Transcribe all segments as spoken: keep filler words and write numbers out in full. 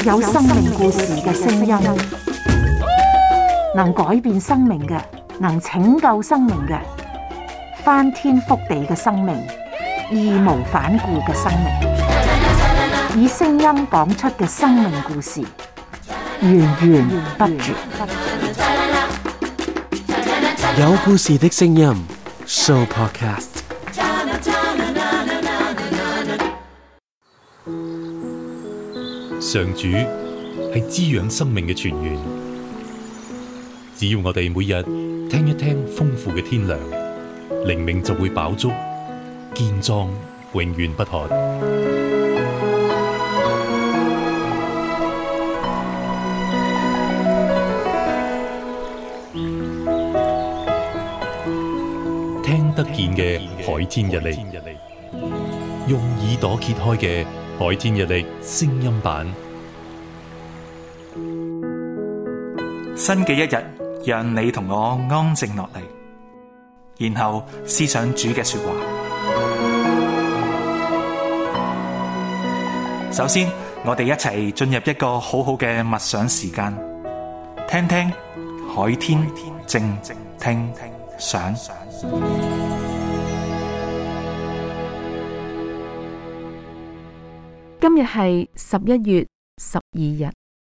有生命故事嘅聲音，能改變生命嘅，能拯救生命嘅，翻天覆地嘅生命，義無反顧嘅生命，以聲音講出嘅生命故事，源源不絕。 有故事的聲音 Show Podcast。 上主係滋養生命嘅泉源，只要我哋每日聽一聽豐富嘅天糧，靈命就會飽足，健壯永遠不渴。聽得見嘅海天日曆，用耳朵揭開嘅海天日曆聲音版。 新嘅一日，讓你同我安靜落嚟，然後思想主嘅說話。首先，我哋一齊進入一個好好嘅默想時間，聽聽海天靜聽想。 今日係十一月十二日。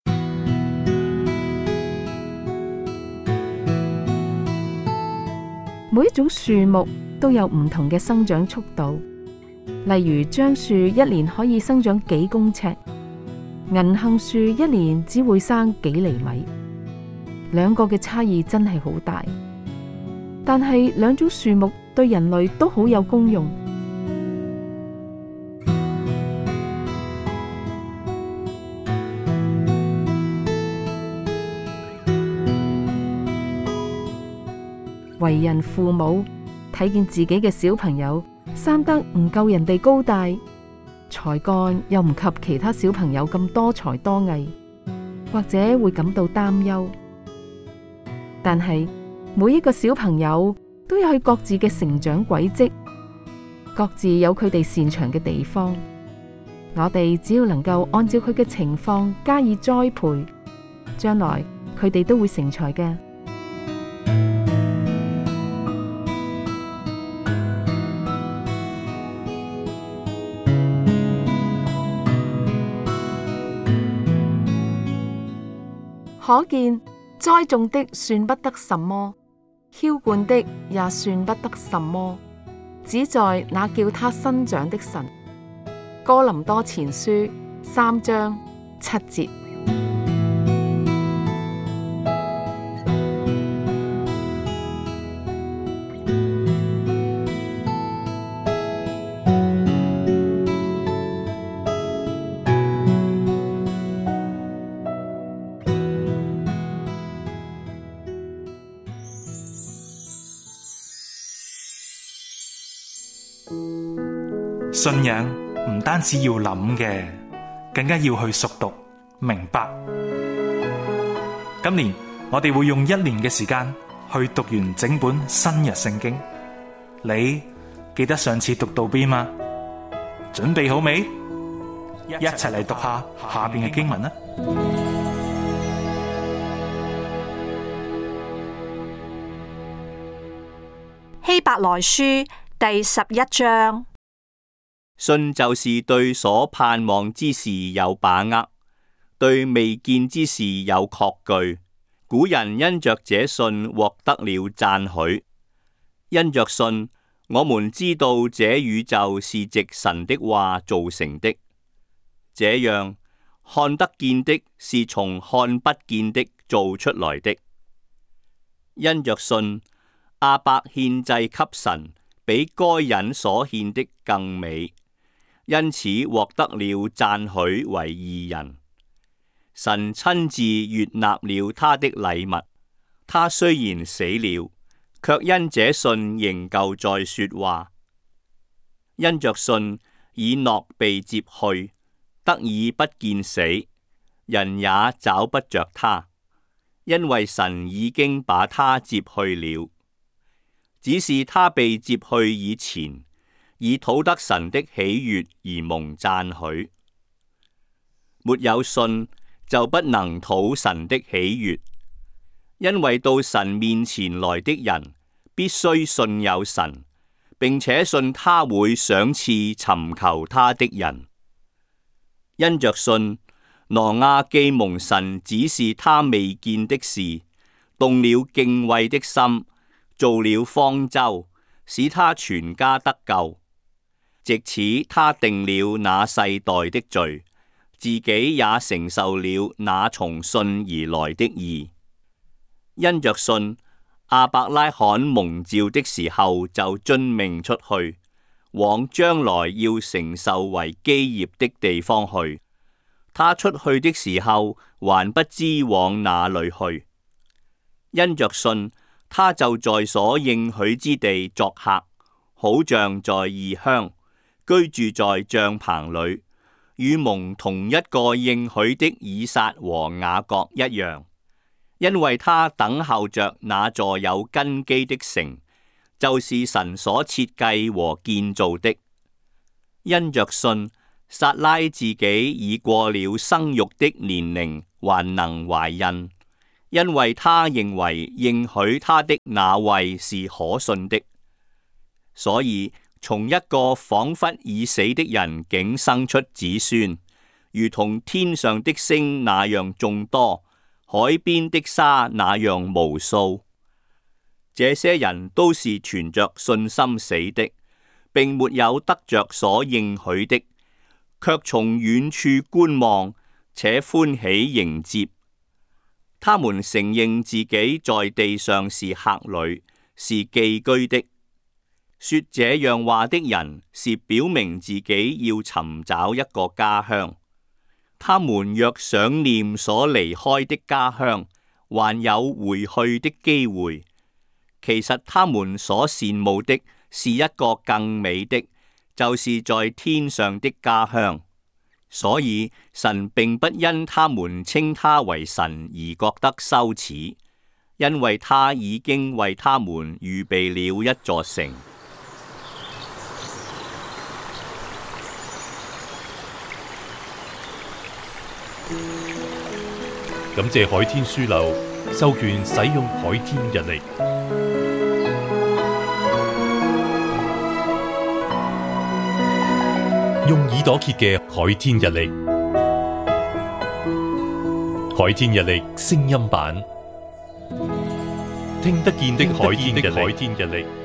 每一種樹木都有唔同嘅生長速度，例如樟樹一年可以生長幾公尺，銀杏樹一年只會生幾厘米。兩個嘅差異真係好大，但係兩種樹木對人類都好有功用。為人父母，睇見自己嘅小朋友生得唔夠人哋高大，才幹又唔及其他小朋友咁多才多藝，或者會感到擔憂。但係每一個小朋友都有佢各自嘅成長軌跡，各自有佢哋擅長嘅地方。我哋只要能夠按照佢嘅情況加以栽培，將來佢哋都會成才嘅。可見栽種的算不得什麼，澆灌的也算不得什麼，只在那叫他生長的神。哥林多前書三章七節。 信仰唔單止要諗嘅，更加要去熟讀明白。今年我哋會用一年嘅時間去讀完整本新約聖經。你記得上次讀到邊嗎？準備好未？一齊嚟讀下下邊嘅經文啦。 希伯來書第十一章。 信就是對所盼望之事有把握，對未見之事有確據。古人因着這信獲得了讚許。因着信，我們知道這宇宙是藉神的話造成的，這樣看得見的是從看不見的造出來的。因着信，亞伯獻祭給神，比該隱所獻的更美，因此獲得了讚許為義人。神親自悅納了他的禮物，他雖然死了，卻因這信仍舊在說話。因着信，以諾被接去，得以不見死，人也找不着他，因為神已經把他接去了。只是他被接去以前，以討得神的喜悅而蒙讚許。 沒有信就不能討神的喜悅，因為到神面前來的人必須信有神，並且信他會賞賜尋求他的人。因着信，挪亞既蒙神指示他未見的事，動了敬畏的心，造了方舟，使他全家得救。藉此他定了那世代的罪，自己也承受了那從信而來的義。因着信，亞伯拉罕蒙召的時候就遵命出去，往將來要承受為基業的地方去。他出去的時候還不知往哪裏去。因着信，他就在所應許之地作客，好像在異鄉，居住在帳棚裏，與蒙同一個應許的以撒和雅各一樣，因為他等候着那座有根基的城，就是神所設計和建造的。因着信，撒拉自己已過了生育的年齡，還能懷孕，因為他認為應許他的那位是可信的，所以從一個仿佛已死的人竟生出子孫，如同天上的星那樣眾多，海邊的沙那樣無數。這些人都是存着信心死的，並沒有得着所應許的，卻從遠處觀望，且歡喜迎接。他們承認自己在地上是客旅，是寄居的。說這樣話的人是表明自己要尋找一個家鄉。他們若想念所離開的家鄉，還有回去的機會，其實他們所羨慕的是一個更美的，就是在天上的家鄉。所以神並不因他們稱他為神而覺得羞恥，因為他已經為他們預備了一座城。 感謝海天書樓授權使用海天日曆，用耳朵揭嘅海天日曆，海天日曆聲音版，聽得見的海天日曆。